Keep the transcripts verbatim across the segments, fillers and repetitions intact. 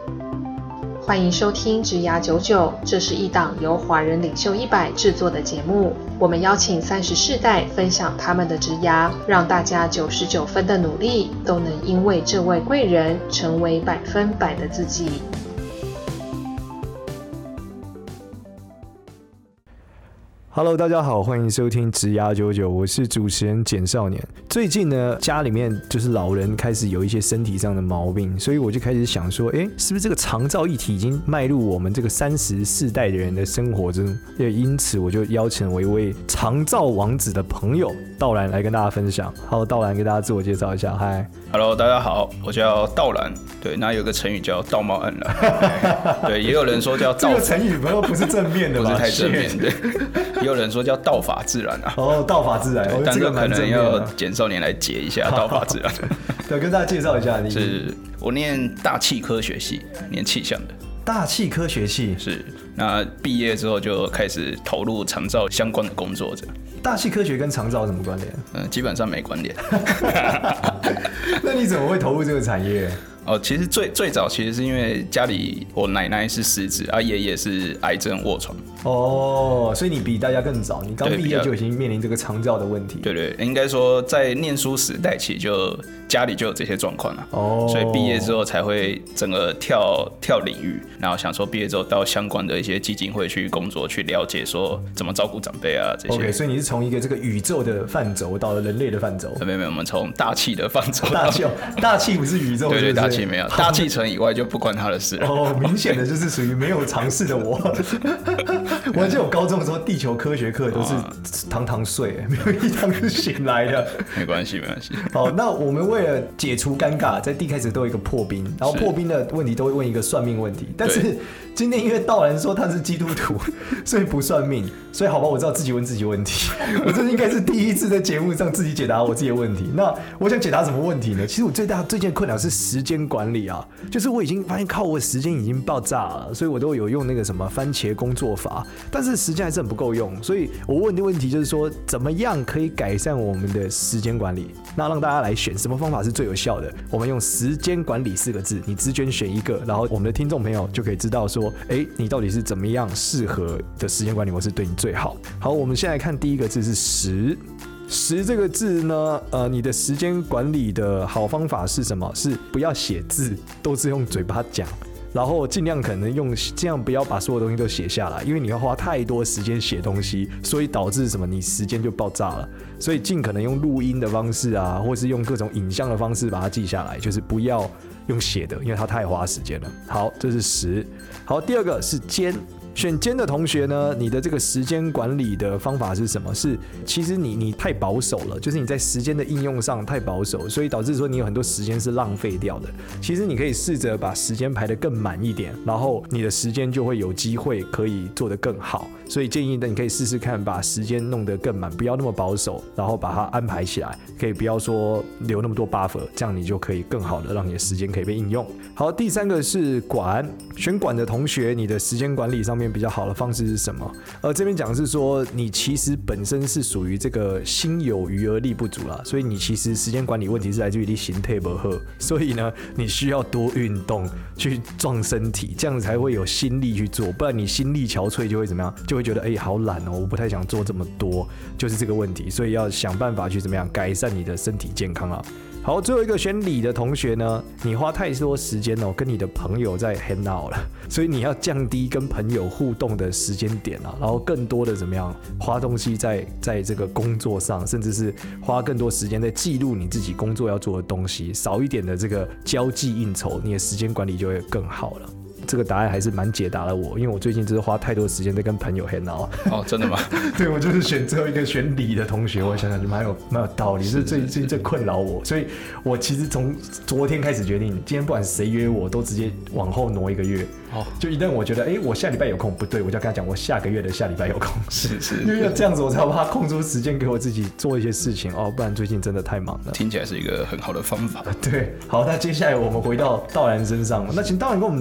欢迎收听职涯九九，这是一档由华人领袖一百制作的节目。我们邀请三十世代分享他们的职涯，让大家九十九分的努力都能因为这位贵人成为百分百的自己。 Hello， 大家好，欢迎收听职涯九九，我是主持人简少年。最近呢，家里面就是老人开始有一些身体上的毛病，所以我就开始想说，哎，是不是这个长照议题已经迈入我们这个三十世代的人的生活中？也因此，我就邀请我一位长照王子的朋友道兰来跟大家分享。Hello， 道兰，给大家自我介绍一下。嗨 ，Hello， 大家好，我叫道兰。对，那有个成语叫道貌岸然，对，也有人说叫道。 这个成语不是正面的吧？ 不是太正面的。也有人说叫道法自然啊。 哦，道法自然，哦、 但是可能要简少年来解一下道法自然。 对，跟大家介绍一下。你是我念大气科学系，念气象的。 大气科学系是，那毕业之后就开始投入长照相关的工作者。 大气科学跟长照有什么关联？ 嗯，基本上没关联。 那你怎么会投入这个产业？ 哦，其实最最早其实是因为家里我奶奶是失智，啊爷爷是癌症卧床。 哦，所以你比大家更早，你刚毕业就已经面临这个长照的问题。 对对，应该说在念书时代起就家里就有这些状况了。哦，所以毕业之后才会整个跳跳领域，然后想说毕业之后到相关的一些基金会去工作，去了解说怎么照顾长辈啊这些。 OK， 所以你是从一个这个宇宙的范畴到了人类的范畴。 没有没有，我们从大气的范畴。 大气，大气不是宇宙。 对对，大气没有，大气层以外就不关他的事了。 哦，明显的就是属于没有尝试的我。我记得我高中的时候，地球科学课都是堂堂睡，没有一堂是醒来的。 没关系，没关系。 好，那我们为了解除尴尬，在第一开始都有一个破冰，然后破冰的问题都会问一个算命问题。但是今天因为道兰说他是基督徒，所以不算命。所以好吧，我知道自己问自己问题。我这应该是第一次在节目上自己解答我自己的问题。那我想解答什么问题呢？其实我最大最近的困扰是时间管理啊，就是我已经发现靠我的时间已经爆炸了，所以我都有用那个什么番茄工作法，但是时间还是很不够用。所以我问的问题就是说，怎么样可以改善我们的时间管理？那让大家来选什么方法是最有效的？我们用时间管理四个字，你只卷选一个，然后我们的听众朋友就可以知道说，哎，你到底是怎么样适合的时间管理模式对你最好。好，我们先来看第一个字是时。时这个字呢，呃，你的时间管理的好方法是什么？是不要写字，都是用嘴巴讲，然后尽量可能用这样，不要把所有东西都写下来，因为你要花太多时间写东西，所以导致什么？你时间就爆炸了。所以尽可能用录音的方式啊，或是用各种影像的方式把它记下来，就是不要用写的，因为它太花时间了。好，这是时。好，第二个是间。选间的同学呢，你的这个时间管理的方法是什么？是其实你你太保守了，就是你在时间的应用上太保守，所以导致说你有很多时间是浪费掉的。其实你可以试着把时间排得更满一点，然后你的时间就会有机会可以做得更好。所以建议呢，你可以试试看，把时间弄得更满，不要那么保守，然后把它安排起来，可以不要说留那么多 buffer， 这样你就可以更好的让你的时间可以被应用。好，第三个是管，选管的同学，你的时间管理上面比较好的方式是什么？呃，这边讲的是说，你其实本身是属于这个心有余而力不足啦，所以你其实时间管理问题是来自于你形态不好，所以呢，你需要多运动去壮身体，这样才会有心力去做，不然你心力憔悴就会怎么样？就会觉得哎、欸，好懒哦，我不太想做这么多，就是这个问题，所以要想办法去怎么样改善你的身体健康啊。好，最后一个选理的同学呢，你花太多时间哦，跟你的朋友在 hang out 了，所以你要降低跟朋友互动的时间点啊，然后更多的怎么样花东西在在这个工作上，甚至是花更多时间在记录你自己工作要做的东西，少一点的这个交际应酬，你的时间管理就会更好了。这个答案还是蛮解答了我，因为我最近就是花太多时间在跟朋友 hang out。 哦，真的吗？ 对，我就是选最后一个选理的同学，我想想就蛮有蛮有道理，是最最最困扰我，所以我其实从昨天开始决定，今天不管谁约我，都直接往后挪一个月。哦，就一旦我觉得，哎、欸，我下礼拜有空，不对，我就要跟他讲，我下个月的下礼拜有空， 是是， 因为要这样子，我才把它空出时间给我自己做一些事情哦，不然最近真的太忙了。 听起来是一个很好的方法。 对，好，那接下来我们回到道兰身上，那请道兰跟我们介绍一下。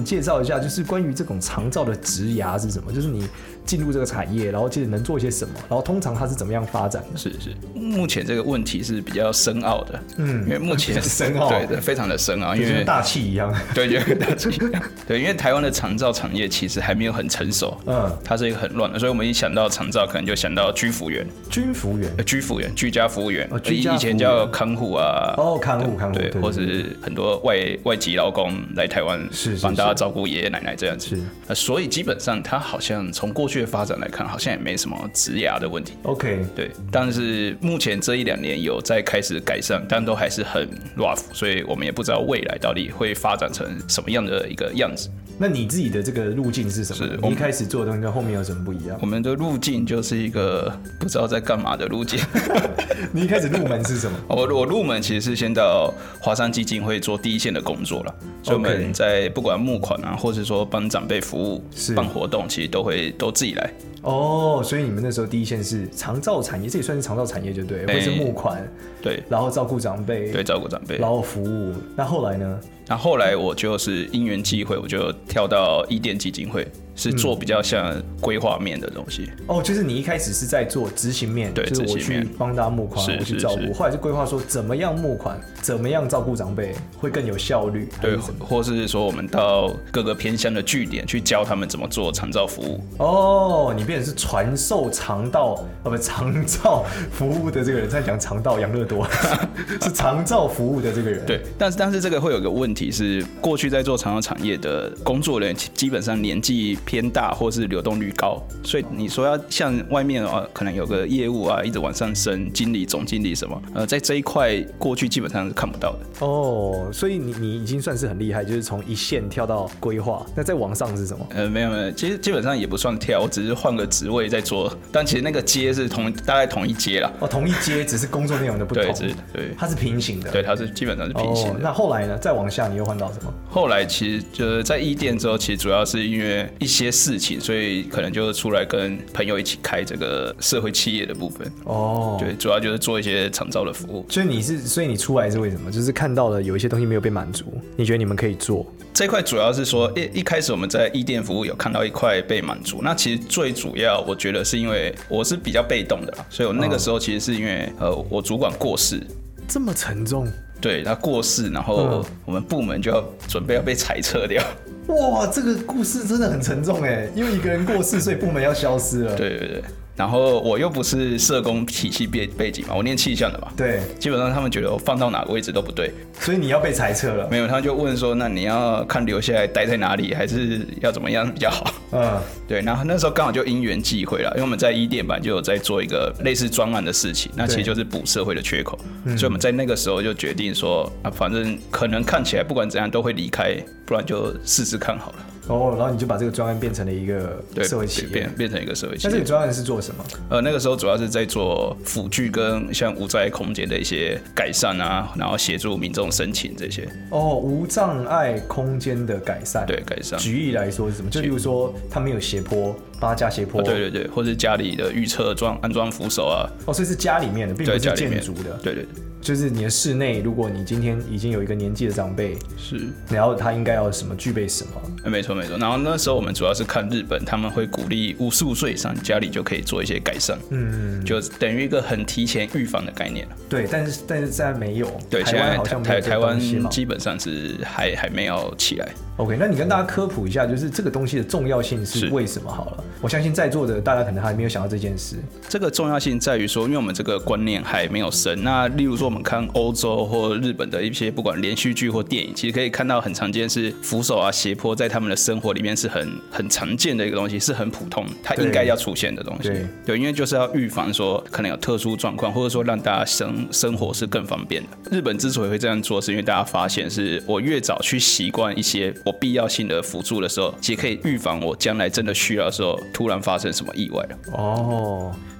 下，就是关于这种长照的职涯是什么？就是你进入这个产业，然后接着能做些什么，然后通常它是怎么样发展的？ 是是，目前这个问题是比较深奥的，嗯，因为目前深奥， 对对，非常的深奥，因为大气一样， 对，就跟大气一样，对，因为台湾的长照产业其实还没有很成熟，嗯，它是一个很乱的，所以我们一想到长照，可能就想到居服员、 居服员、 呃、居服员、居家服务员， 哦、居家服务员以前叫看护啊， 哦，看护看护， 对，对或是很多外外籍劳工来台湾，是帮大家照顾爷爷奶奶这样子，是，呃，所以基本上它好像从过去的发展来看，好像也没什么职涯的问题 ，OK， 对，但是目前这一两年有在开始改善，但都还是很 rough， 所以我们也不知道未来到底会发展成什么样的一个样子。 那你自己的这个路径是什么？你一开始做的东西跟后面有什么不一样？ 我们的路径就是一个不知道在干嘛的路径。 你一开始入门是什么？ 我我入门其实是先到华山基金会做第一线的工作了，所以我们在不管募款啊，或是说帮长辈服务、办活动，其实都会都自己来。 哦，所以你们那时候第一线是长照产业，这也算是长照产业就对，或是募款， 对， 然后照顾长辈， 对，照顾长辈， 然后服务。那后来呢？ 那后来我就是因缘际会，我就跳到伊甸基金会，是做比较像规划面的东西。 哦，就是你一开始是在做执行面， 对， 就是我去帮大家募款，我去照顾。后来是规划说怎么样募款，怎么样照顾长辈会更有效率， 对，或是说我们到各个偏乡的据点去教他们怎么做长照服务。 哦，你变成是传授长照啊不长照服务的这个人，在讲长照养乐多是长照服务的这个人。 对，但是但是这个会有个问题是，过去在做长照产业的工作人员基本上年纪偏大，或是流动率高，所以你说要像外面啊，可能有个业务啊，一直往上升，经理、总经理什么，呃，在这一块过去基本上是看不到的。 哦，所以你你已经算是很厉害，就是从一线跳到规划。那在往上是什么？ 呃，没有没有，其实基本上也不算跳，我只是换个职位在做，但其实那个阶是同大概同一阶啦。 哦，同一阶，只是工作内容的不同。 对，对， 它是平行的。 对，它是基本上是平行的。 哦，那后来呢？再往下，你又换到什么？ 后来其实就是在伊甸之后，其实主要是因为一些事情，所以可能就出来跟朋友一起开这个社会企业的部分。哦，对，主要就是做一些长照的服务。 所以你是，所以你出来是为什么？就是看到了有一些东西没有被满足，你觉得你们可以做这一块，主要是说一一开始我们在伊甸服务有看到一块被满足。那其实最主要，我觉得是因为我是比较被动的啦，所以我那个时候其实是因为呃我主管过世， 这么沉重。 对，他过世，然后我们部门就要准备要被裁撤掉。 哇，这个故事真的很沉重哎，因为一个人过世，所以部门要消失了。 对对对。然后我又不是社工体系背背景嘛，我念气象的嘛， 对， 基本上他们觉得我放到哪个位置都不对， 所以你要被裁撤了。 没有，他就问说，那你要看留下来待在哪里，还是要怎么样比较好？嗯，对。然后那时候刚好就因缘际会了，因为我们在伊甸版就有在做一个类似专案的事情，那其实就是补社会的缺口，所以我们在那个时候就决定说，啊，反正可能看起来不管怎样都会离开，不然就试试看好了。 哦，然后你就把这个专案变成了一个社会企业， 变变成一个社会企业。 那这个专案是做什么？ 呃，那个时候主要是在做辅具跟像无障碍空间的一些改善啊，然后协助民众申请这些。 哦，无障碍空间的改善。 对，改善。 举例来说是什么？就例如说他没有斜坡，帮他加斜坡。 哦、对对对，或是家里的预测装安装扶手啊。 哦，所以是家里面的，并不是建筑的。 对对对。 就是你的室内，如果你今天已经有一个年纪的长辈， 是， 然后他应该要什么具备什么？ 没错没错。然后那时候我们主要是看日本，他们会鼓励五十五岁以上家里就可以做一些改善，嗯，就等于一个很提前预防的概念。 对，但是但是现在没有， 对， 台湾好像没有这台湾基本上是还还没有起来。 OK， 那你跟大家科普一下，就是这个东西的重要性是为什么好了？我相信在座的大家可能还没有想到这件事。 这个重要性在于说，因为我们这个观念还没有深。那例如说，我们看欧洲或日本的一些不管连续剧或电影，其实可以看到很常见是扶手啊、斜坡，在他们的生活里面是很很常见的一个东西，是很普通，它应该要出现的东西。对，对，因为就是要预防说可能有特殊状况，或者说让大家生生活是更方便的。日本之所以会这样做，是因为大家发现是我越早去习惯一些我必要性的辅助的时候，其实可以预防我将来真的需要的时候突然发生什么意外了。 哦，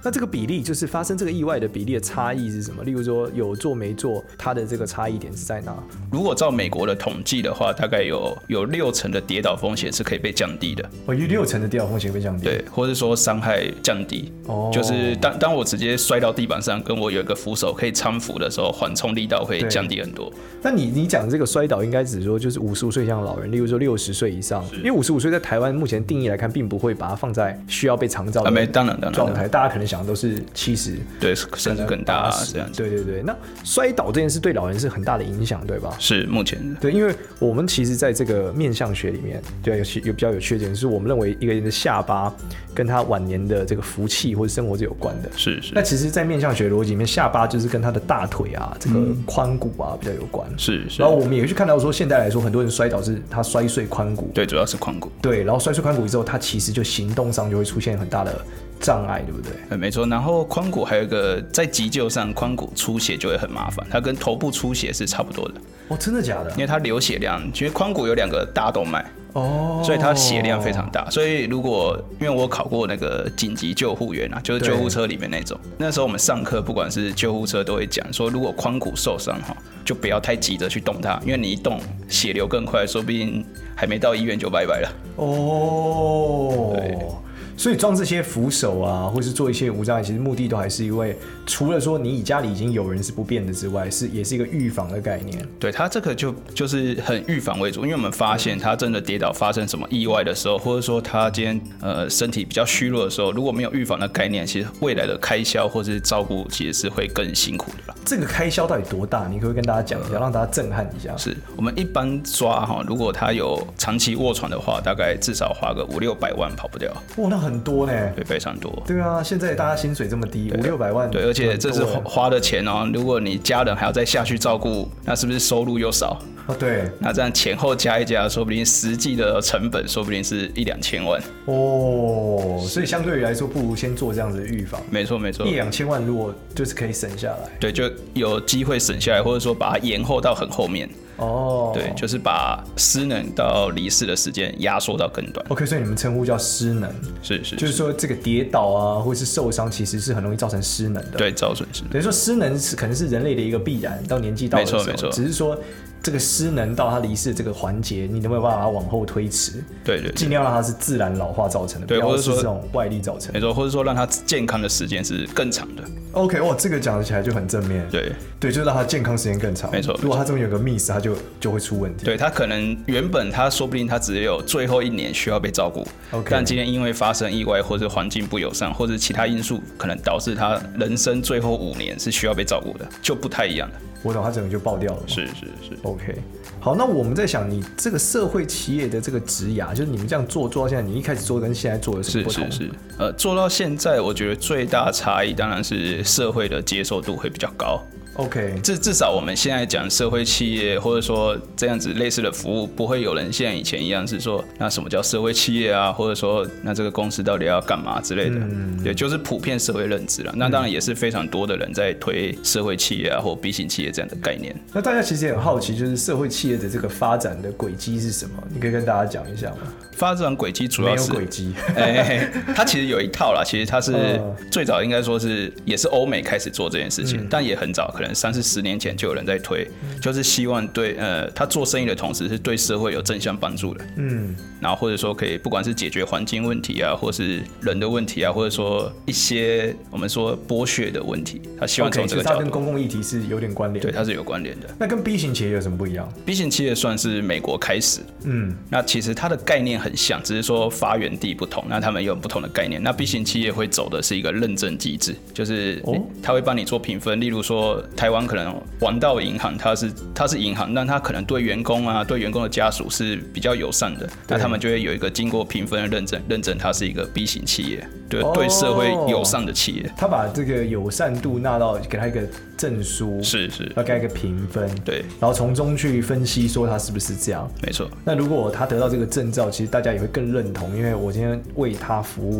那这个比例就是发生这个意外的比例的差异是什么？例如说有做没做，它的这个差异点是在哪？ 如果照美国的统计的话，大概有有六成的跌倒风险是可以被降低的。 哦，有六成的跌倒风险被降低。 对，或者说伤害降低。哦，就是当当我直接摔到地板上，跟我有一个扶手可以搀扶的时候，缓冲力道会降低很多。 那你你讲这个摔倒，应该只是说就是五十五岁以上的老人，例如说六十岁以上，因为五十五岁在台湾目前定义来看，并不会把它放在需要被长照的状态，大家可能想的都是七十， 对，甚至更大、啊、这样子。 对对对，那摔倒这件事对老人是很大的影响，对吧？ 是目前的。 对，因为我们其实在这个面相学里面，对，有有比较有趣的点是，我们认为一个人的下巴跟他晚年的这个福气或者生活是有关的。 是是。 那其实，在面相学逻辑里面，下巴就是跟他的大腿啊、这个髋骨啊比较有关。 是是。 然后我们也去看到说，现在来说，很多人摔倒是他摔碎髋骨。 对，主要是髋骨。 对，然后摔碎髋骨之后，他其实就行动上就会出现很大的障碍，对不对？ 嗯，没错。然后髋骨还有一个在急救上，髋骨出血就会很麻烦，它跟头部出血是差不多的。 哦，真的假的？ 因为它流血量，因为髋骨有两个大动脉。哦，所以它血量非常大，所以如果因为我考过那个紧急救护员啊，就是救护车里面那种，那时候我们上课不管是救护车都会讲说，如果髋骨受伤哈，就不要太急着去动它，因为你一动血流更快，说不定还没到医院就拜拜了。哦，对。 所以装这些扶手啊，或是做一些无障碍，其实目的都还是因为，除了说你以家里已经有人是不便的之外，是也是一个预防的概念。 对，它这个就就是很预防为主，因为我们发现他真的跌倒发生什么意外的时候，或者说他今天呃身体比较虚弱的时候，如果没有预防的概念，其实未来的开销或是照顾其实是会更辛苦的啦。 这个开销到底多大？你可不可以跟大家讲一下，让大家震撼一下？ 是我们一般抓哈，如果他有长期卧床的话，大概至少花个五六百万跑不掉。 哇，那很多呢。 对，非常多。 对啊，现在大家薪水这么低，五六百万。 对，而且这是花的钱哦。如果你家人还要再下去照顾，那是不是收入又少？ 哦，对。 那这样前后加一加，说不定实际的成本，说不定是一两千万。 哦，所以相对于来说，不如先做这样子的预防。 没错，没错。 一两千万如果就是可以省下来， 对，就有机会省下来，或者说把它延后到很后面。哦，对，就是把失能到离世的时间压缩到更短。 OK， 所以你们称呼叫失能， 是是， 就是说这个跌倒啊，或是受伤，其实是很容易造成失能的。 对，造成失能。 等于说失能是可能是人类的一个必然，到年纪到的时候，没错没错，只是说这个失能到他离世这个环节，你能不能把它往后推迟？ 对 对, 对， 尽量让它是自然老化造成的， 对， 不要是这种外力造成的。 没错，或者说让他健康的时间是更长的。 OK， 哇，这个讲起来就很正面。 对对，就让他健康时间更长。 没错， 如果他这边有个 miss， 他就就会出问题。 对，他可能原本他说不定他只有最后一年需要被照顾， okay, 但今天因为发生意外或者环境不友善，或者其他因素，可能导致他人生最后五年是需要被照顾的，就不太一样了。 我懂，他整个就爆掉了。 是是是 ，OK。好，那我们在想，你这个社会企业的这个职涯，就是你们这样做做到现在，你一开始做跟现在做的是不同？ 是是是，呃，做到现在，我觉得最大差异当然是社会的接受度会比较高。 OK， 至至少我们现在讲社会企业，或者说这样子类似的服务，不会有人像以前一样是说，那什么叫社会企业啊，或者说那这个公司到底要干嘛之类的。嗯，对，就是普遍社会认知了。那当然也是非常多的人在推社会企业啊，或 B 型企业这样的概念。 那大家其实也很好奇，就是社会企业的这个发展的轨迹是什么？你可以跟大家讲一下吗？ 发展轨迹主要是没有轨迹， 哎，它其实有一套啦。其实它是最早应该说是也是欧美开始做这件事情，嗯、但也很早，可能三四十年前就有人在推，嗯、就是希望对呃他做生意的同时是对社会有正向帮助的，嗯，然后或者说可以不管是解决环境问题啊，或是人的问题啊，或者说一些我们说剥削的问题，他希望从这个角度， okay, 它跟公共议题是有点关联， 对，它是有关联的。 那跟 B 型企业有什么不一样 ？B 型企业算是美国开始，嗯，那其实它的概念很像，只是说发源地不同，那他们有不同的概念。那 B 型企业会走的是一个认证机制，就是他会帮你做评分。例如说，台湾可能王道银行，它是它是银行，但它可能对员工啊、对员工的家属是比较友善的，那他们就会有一个经过评分的认证，认证它是一个 B 型企业，对、哦、对社会友善的企业。 他把这个友善度纳到，给他一个证书， 是是， 要给他一个评分， 对， 然后从中去分析说他是不是这样。 没错。 那如果他得到这个证照，其实大家也会更认同，因为我今天为他服务。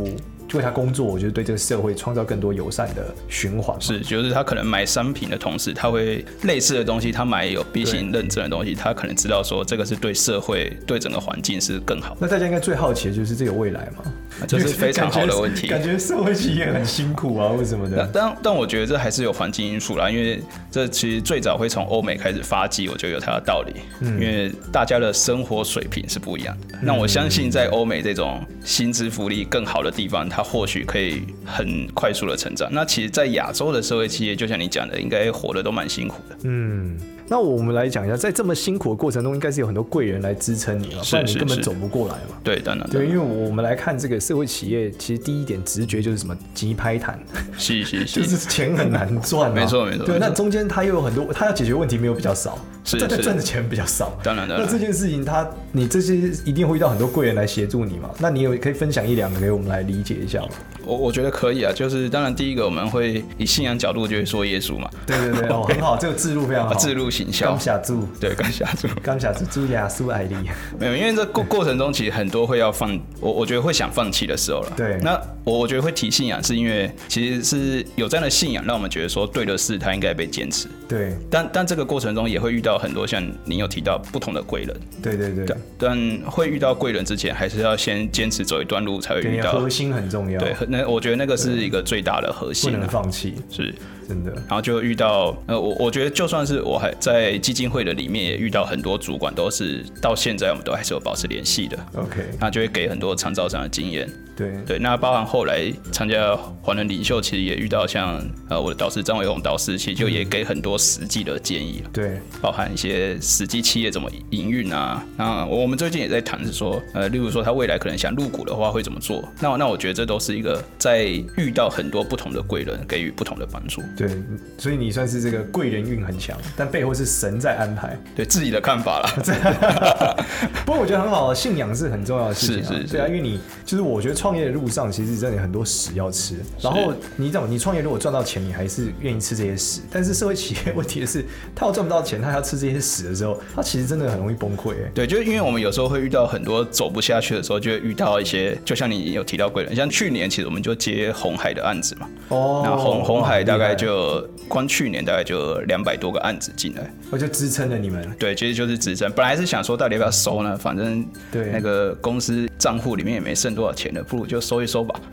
为他工作，我觉得对这个社会创造更多友善的循环。 是，就是他可能买商品的同时，他会类似的东西，他买有 B 型认证的东西，他可能知道说这个是对社会、对整个环境是更好。 那大家应该最好奇的就是这个未来嘛？ 这是非常好的问题。 感觉社会企业很辛苦啊，为什么的？ 但但我觉得这还是有环境因素啦，因为这其实最早会从欧美开始发迹，我觉得有它的道理。嗯、因为大家的生活水平是不一样的。嗯、那我相信在欧美这种薪资福利更好的地方，它或许可以很快速的成长。那其实，在亚洲的社会企业，就像你讲的，应该活得都蛮辛苦的。 嗯。那我们来讲一下，在这么辛苦的过程中，应该是有很多贵人来支撑你了，不然你根本走不过来嘛。 对，当然。 对，因为我们来看这个社会企业，其实第一点直觉就是什么急拍谈， 是是是， 就是钱很难赚、啊。 没错没错。 对，那中间他又有很多，他要解决问题没有比较少， 是但他赚的钱比较少。 当然当然。 那这件事情他，你这些一定会遇到很多贵人来协助你嘛？那你有可以分享一两个给我们来理解一下吗？ 我我觉得可以啊，就是当然第一个我们会以信仰角度就会说耶稣嘛。 对对对，哦，很好，这个置入非常好， 置入行销。 刚下注。 对，刚下注， 刚下注，朱亚苏艾丽没有，因为这过过程中其实很多会要放，我我觉得会想放弃的时候了。 对， 那我我觉得会提信仰，是因为其实是有这样的信仰，让我们觉得说对的事它应该被坚持。 对， 但但这个过程中也会遇到很多像你有提到不同的贵人。 对对对， 但会遇到贵人之前，还是要先坚持走一段路才会遇到。 核心很重要。 对，那我觉得那个是一个最大的核心、啊， 不能放弃。 是。 真的， 然后就遇到呃，我我觉得就算是我还在基金会的里面，也遇到很多主管，都是到现在我们都还是有保持联系的。 OK， 那就会给很多长照上的经验。 对对，那包含后来参加华人领袖，其实也遇到像呃我的导师张伟宏导师，其实就也给很多实际的建议。 对， 包含一些实际企业怎么营运啊。那我们最近也在谈是说，呃，例如说他未来可能想入股的话会怎么做。那那我觉得这都是一个在遇到很多不同的贵人，给予不同的帮助。 对，所以你算是这个贵人运很强，但背后是神在安排。 对自己的看法啦。 不过我觉得很好，信仰是很重要的事情、啊。 是是是。 对啊，因为你就是我觉得创业的路上，其实真的有很多屎要吃。然后你怎么，你创业如果赚到钱，你还是愿意吃这些屎。但是社会企业问题的是，他要赚不到钱，他还要吃这些屎的时候，他其实真的很容易崩溃。 对，就是因为我们有时候会遇到很多走不下去的时候，就会遇到一些，就像你有提到贵人，像去年其实我们就接鸿海的案子嘛。哦。那鸿鸿海大概就光去年大概就两百多个案子进来， 我就支撑了你们。 对，其实就是支撑。本来是想说到底要不要收呢？反正对那个公司账户里面也没剩多少钱了，不如就收一收吧。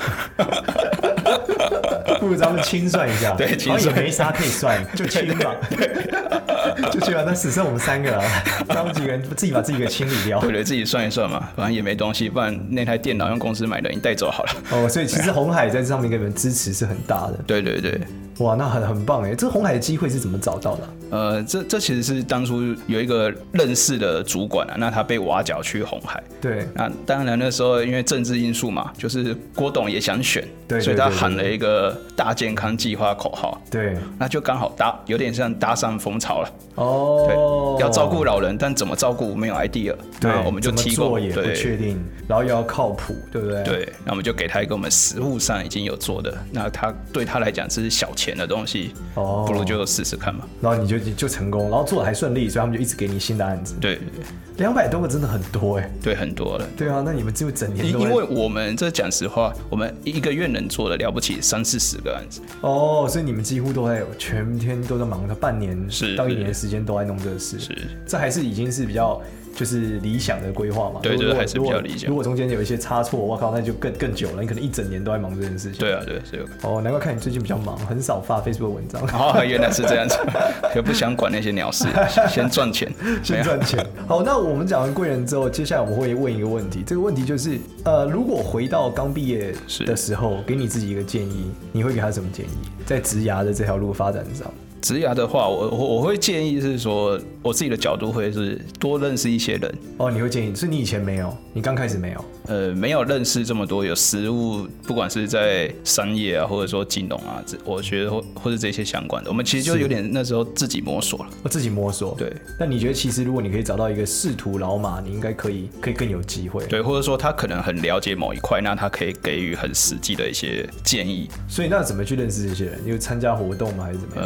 不如咱们清算一下， 对，清算也没啥可以算，就清吧。就去吧，那只剩我们三个了，他们几个人自己把自己给清理掉。 对对，自己算一算嘛，反正也没东西，不然那台电脑用公司买的，你带走好了。 哦，所以其实鸿海在这上面给你们支持是很大的。 对对对。 哇，那很很棒哎！这鸿海的机会是怎么找到的、啊？ 呃，这这其实是当初有一个认识的主管啊，那他被挖角去鸿海。 对。 那当然那时候因为政治因素嘛，就是郭董也想选， 对， 所以他喊了一个大健康计划口号。 对。 那就刚好搭，有点像搭上风潮了。 哦。 对，要照顾老人，但怎么照顾没有 idea。 对。 我们就提供也不确定，然后又要靠谱，对不对？ 对。那我们就给他一个我们实务上已经有做的，那他对他来讲是小钱的东西。哦，不如就试试看嘛。 然后你就你就成功，然后做的还顺利，所以他们就一直给你新的案子。 对对对， 两百多个真的很多哎、欸。 对，很多了。 对啊，那你们就整年都。 因为我们这讲实话，我们一个月能做的了不起三四十个案子。 哦，所以你们几乎都在全天都在忙，他半年到一年的时间都在弄这个事。 是， 这还是已经是比较。就是理想的规划嘛， 对，这还是比较理想。 如果中间有一些差错，我靠，那就更更久了。你可能一整年都在忙这件事情。 对啊，对，是有。 哦，难怪看你最近比较忙，很少发 Facebook 文章。 哦，原来是这样子，可不想管那些鸟事，先赚钱， 先赚钱。好，那我们讲完贵人之后，接下来我们会问一个问题。这个问题就是，呃，如果回到刚毕业的时候，给你自己一个建议，你会给他什么建议？在职涯的这条路发展上。 职涯的话，我我我会建议是说，我自己的角度会是多认识一些人。 哦，你会建议，是你以前没有，你刚开始没有？ 呃，没有认识这么多有实务，不管是在商业啊，或者说金融啊，我觉得或或者这些相关的，我们其实就有点那时候自己摸索了。 我自己摸索。 对。 那你觉得，其实如果你可以找到一个仕途老马，你应该可以可以更有机会。 对，或者说他可能很了解某一块，那他可以给予很实际的一些建议。 所以那怎么去认识这些人？因为参加活动吗，还是怎么样？ 呃，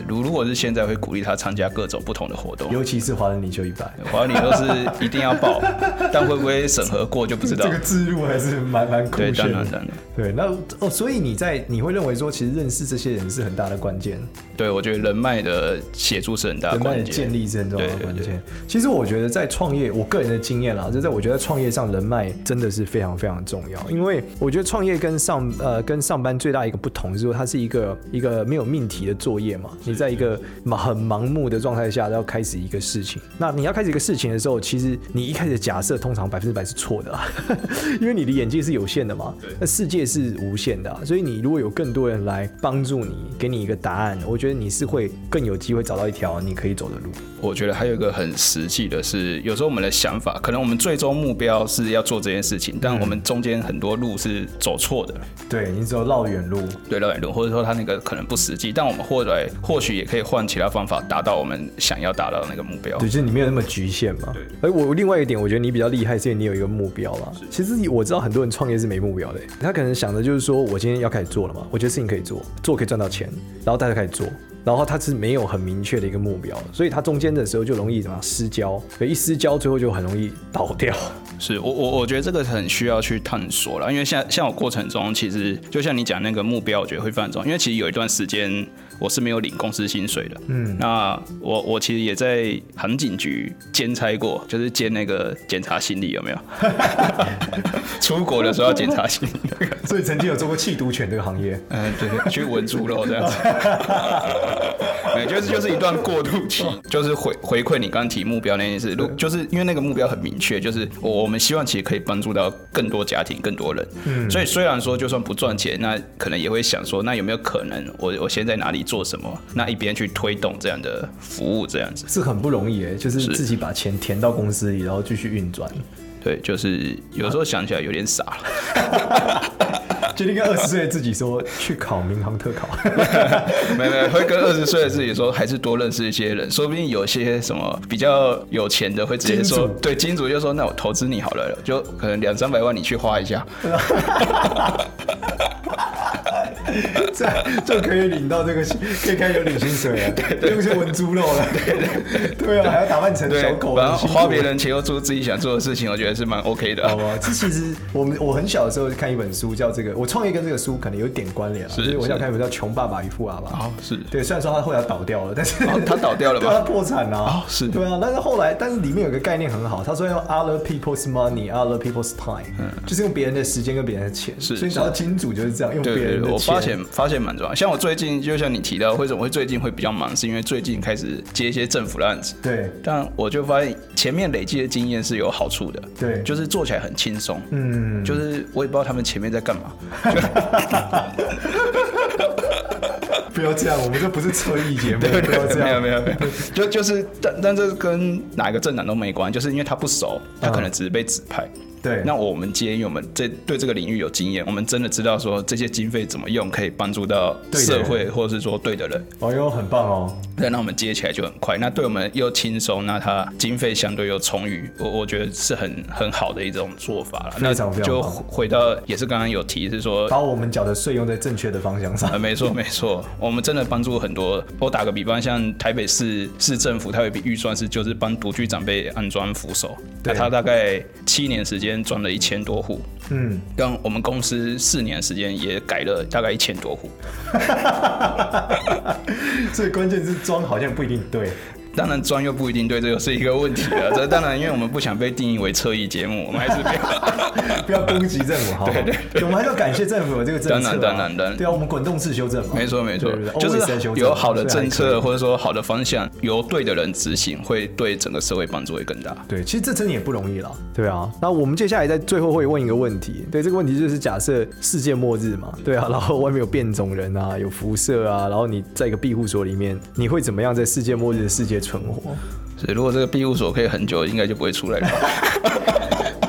如如果是现在会鼓励他参加各种不同的活动， 尤其是华人领袖一百， 华人领袖是一定要报，但会不会审核过就不知道。 这个制度还是蛮蛮酷炫的。 对，当然当然。 对，那哦，所以你在你会认为说，其实认识这些人是很大的关键。 对，我觉得人脉的协助是很大的关键， 人脉的建立是很重要的关键。 对对对， 其实我觉得在创业，我个人的经验啦，就在我觉得创业上人脉真的是非常非常重要，因为我觉得创业跟上呃跟上班最大一个不同是说，它是一个一个没有命题的作业嘛，你在一个很盲目的状态下要开始一个事情，那你要开始一个事情的时候，其实你一开始的假设通常百分之百是错的啦，因为你的眼界是有限的嘛，那世界是无限的、啊，所以你如果有更多人来帮助你，给你一个答案，我觉得你是会更有机会找到一条你可以走的路。 我觉得还有一个很实际的是，有时候我们的想法，可能我们最终目标是要做这件事情，但我们中间很多路是走错的。 对，你只有绕远路， 对，绕远路，或者说他那个可能不实际，但我们后来或许也可以换其他方法达到我们想要达到的那个目标。 对，就是你没有那么局限嘛。对。而我另外一点，我觉得你比较厉害，是因为你有一个目标啦。其实我知道很多人创业是没目标的，他可能想的就是说，我今天要开始做了嘛，我觉得事情可以做，做可以赚到钱，然后大家开始做。然后他是没有很明确的一个目标，所以他中间的时候就容易怎么样失焦，一失焦最后就很容易倒掉。 是我我我觉得这个很需要去探索啦，因为像像我过程中，其实就像你讲那个目标，我觉得会非常重要，因为其实有一段时间我是没有领公司薪水的，嗯，那我我其实也在航警局兼差过，就是兼那个检查行李有没有？出国的时候要检查行李， 所以曾经有做过缉毒犬这个行业， 嗯，对对，去闻猪肉这样子。没，就是就是一段过渡期，就是回回馈你刚刚提目标那件事，就是因为那个目标很明确，就是我我们希望其实可以帮助到更多家庭、更多人。嗯，所以虽然说就算不赚钱，那可能也会想说，那有没有可能我我先在哪里做什么，那一边去推动这样的服务，这样子是很不容易诶，就是自己把钱填到公司里，然后继续运转。 对，就是有时候想起来有点傻了。 决定跟二十岁的自己说去考民航特考， 没没会跟二十岁的自己说，还是多认识一些人，说不定有些什么比较有钱的会直接说，对金主就说那我投资你好了，就可能两三百万你去花一下。 这样就可以领到这个，可以开始领薪水了，不用去闻猪肉了。对对对啊，还要打扮成小狗， 然后花别人钱又做自己想做的事情，我觉得是蛮 OK 的。 好吧，这其实我们我很小的时候看一本书，叫这个，我创业跟这个书可能有点关联啊。是，就是我想看一本叫《穷爸爸与富爸爸》。哦，是。对，虽然说他后来倒掉了，但是、 哦、他倒掉了吗？ 对，他破产了、啊。 哦，是。 对啊，但是后来，但是里面有个概念很好，他说用 other people's money, other people's time，、嗯、就是用别人的时间跟别人的钱。是。所以找到金主就是这样，用别人的钱。 对对对，我发现发现蛮重要。像我最近，就像你提到，为什么会最近会比较忙，是因为最近开始接一些政府的案子。对。但我就发现前面累积的经验是有好处的。对。就是做起来很轻松。嗯。就是我也不知道他们前面在干嘛。 不要这样，我们这不是侧翼节目，不要这样。 没有没有没有，就就是但但这跟哪个政党都没关，就是因为他不熟，他可能只是被指派。嗯对，那我们接，因为我们这对这个领域有经验，我们真的知道说这些经费怎么用，可以帮助到社会，或者是说对的人。 哦哟，很棒哦。 对，那我们接起来就很快，那对我们又轻松，那它经费相对又充裕，我我觉得是很很好的一种做法了。 非常非常就回到也是刚刚有提是说， 把我们缴的税用在正确的方向上。 呃、没错没错，我们真的帮助很多。我打个比方，像台北市市政府，它有一笔预算是就是帮独居长辈安装扶手，那它大概七年时间装了一千多户，嗯，跟我们公司四年时间也改了大概一千多户， 所以关键是装好像不一定对。 当然装又不一定对，这又是一个问题了。这当然，因为我们不想被定义为侧翼节目，我们还是不要不要攻击政府，好。对 对, 对，我们还是要感谢政府有这个政策、啊。当然当然当然。对啊，我们滚动式修正嘛。 没错没错，就是有好的政策或者说好的方向，由对的人执行，会对整个社会帮助会更大。 对，其实这真的也不容易啦。对啊，那我们接下来在最后会问一个问题，对，这个问题就是假设世界末日嘛，对啊，然后外面有变种人啊，有辐射啊，然后你在一个庇护所里面，你会怎么样在世界末日的世界存活？ 所以如果这个庇护所可以很久，应该就不会出来了。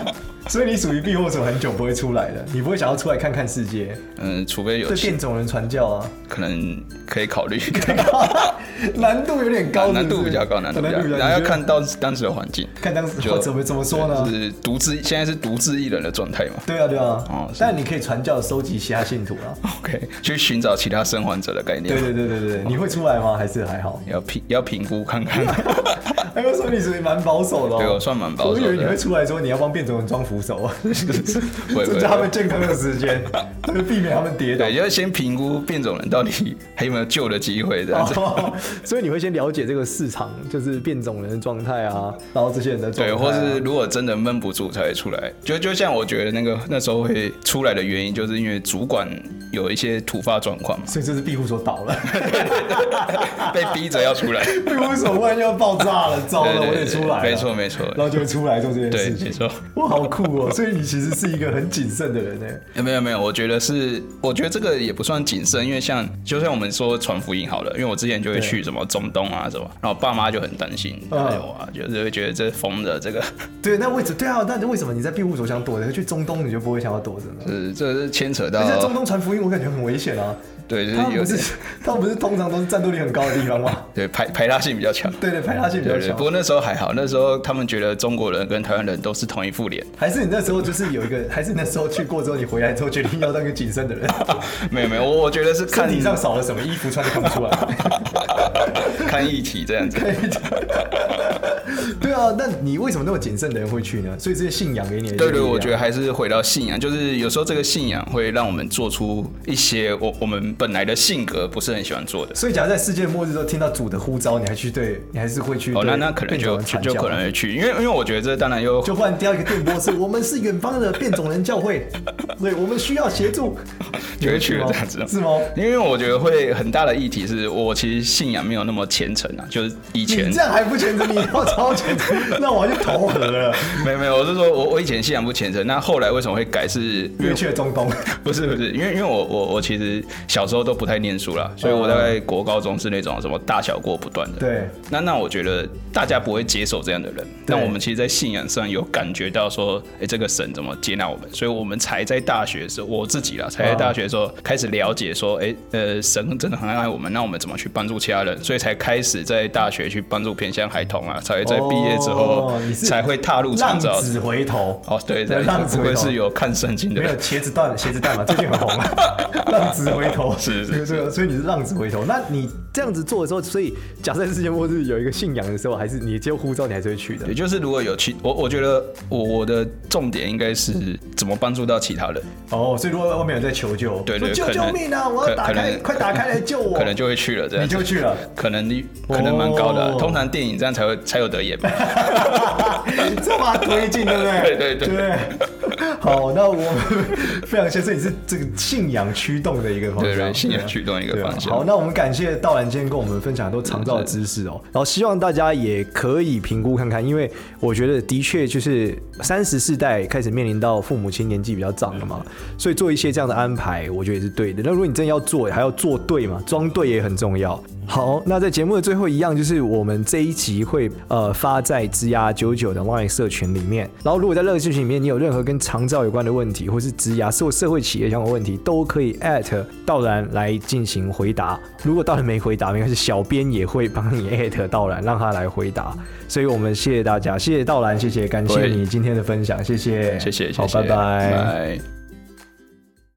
所以你属于避祸所很久不会出来的，你不会想要出来看看世界。 嗯，除非有对变种人传教啊， 可能可以考虑。 难度有点高是不是， 难度比较高，难度比较高，然后要看到当时的环境， 看当时怎么怎么说呢？ 是独自，现在是独自一人的状态嘛？ 对啊，对啊。哦，但你可以传教收集其他信徒啊。 OK， 去寻找其他生还者的概念。 对对对对对，你会出来吗？还是还好？ 要评要评估看看。 还有说你属于蛮保守的、哦， 对我算蛮保守的。 我以为你会出来说你要帮变种人装扶手啊，增加他们健康的时间，避免他们跌倒。 对，要先评估变种人到底还有没有救的机会这样子。 哦、所以你会先了解这个市场，就是变种人的状态啊，然后这些人的状态、啊。 对，或是如果真的闷不住才会出来。就就像我觉得那个那时候会出来的原因，就是因为主管有一些突发状况嘛， 所以这是庇护所倒了， 被逼着要出来。 庇护所万一要爆炸了，糟了，我得出来。 没错没错， 然后就会出来做这件事情。 对，没错。 哇，好酷哦！所以你其实是一个很谨慎的人呢。 没有没有，我觉得是，我觉得这个也不算谨慎，因为像就像我们说传福音好了，因为我之前就会去什么中东啊什么，然后爸妈就很担心，哎哇，就是会觉得这疯的这个。 对，那为什么？对啊，那为什么你在庇护所想躲的，去中东你就不会想要躲着呢？ 是，这是牵扯到。 在中东传福音，我感觉很危险啊。 对，就是有他们不是，他们不是通常都是战斗力很高的地方吗？ 对，排排他性比较强。 对对，排他性比较强。 对对，不过那时候还好，那时候他们觉得中国人跟台湾人都是同一副脸。 还是你那时候就是有一个，还是那时候去过之后，你回来之后决定要当个谨慎的人？ 没有没有，我我觉得是看身体上少了什么衣服穿就看不出来。 看议题这样子。 看议题。对啊，那你为什么那么谨慎的人会去呢？所以这些信仰给你的对对，我觉得还是回到信仰，就是有时候这个信仰会让我们做出一些我我们本来的性格不是很喜欢做的。 所以，假如在世界末日的时候听到主的呼召，你还去对，你还是会去？ 哦，那那可能就就可能会去，因为因为我觉得这当然又就换掉一个电波，是我们是远方的变种人教会，对，我们需要协助， 就会去了这样子， 是吗？ 因为我觉得会很大的议题是我其实信仰没有那么虔诚啊，就是以前你这样还不虔诚，你要超虔诚，那我就投河了。 没有没有，我是说我我以前信仰不虔诚，那后来为什么会改？是因为去了中东？ 不是不是，因为因为我我我其实小时候都不太念书啦，所以我大概国高中是那种什么大小过不断的。 对， 那那我觉得大家不会接受这样的人，那我们其实，在信仰上有感觉到说，哎、欸，这个神怎么接纳我们？所以我们才在大学的时候，我自己啦，才在大学的时候开始了解说，哎、欸，呃，神真的很爱我们，那我们怎么去帮助其他人？所以才开始在大学去帮助偏乡孩童啊，才在毕业之后、哦、才会踏入长照。 浪子回头哦，对对，浪子回头不会是有看圣经的？ 没有茄子蛋，茄子蛋嘛，最近很红啊。浪子回头是是是，所以你是浪子回头。那你这样子做的时候，所以假设世界末日有一个信仰的时候，还是你接呼召，你还是会去的。 也就是如果有其我，我觉得我我的重点应该是怎么帮助到其他人。 哦，所以如果外面有在求救， 对对， 救救命啊！我要打开，快打开来救我！ 可能就会去了，这样你就去了， 可能可能蛮高的、啊。通常电影这样才会才有得演嘛。 这么推进，对不对？ 对对对。 对好，那我们非常谢谢你是这个信仰驱动的一个方向， 对对，信仰驱动一个方向。 好，那我们感谢道兰今天跟我们分享很多长照的知识哦，然后希望大家也可以评估看看，因为我觉得的确就是三十世代开始面临到父母亲年纪比较长了嘛，所以做一些这样的安排，我觉得也是对的。那如果你真的要做，还要做对嘛，装对也很重要。好，那在节目的最后一样，就是我们这一集会呃发在职涯九九的 LINE 社群里面。然后，如果在那个社群里面你有任何跟长照有关的问题，或是职涯或社会企业相关的问题，都可以 at 道兰来进行回答。如果道兰没回答，没关系，小编也会帮你 at 道兰，让他来回答。所以我们谢谢大家，谢谢道兰，谢谢，感谢你今天的分享，谢谢， 谢谢，谢谢， 好，拜拜。 拜拜。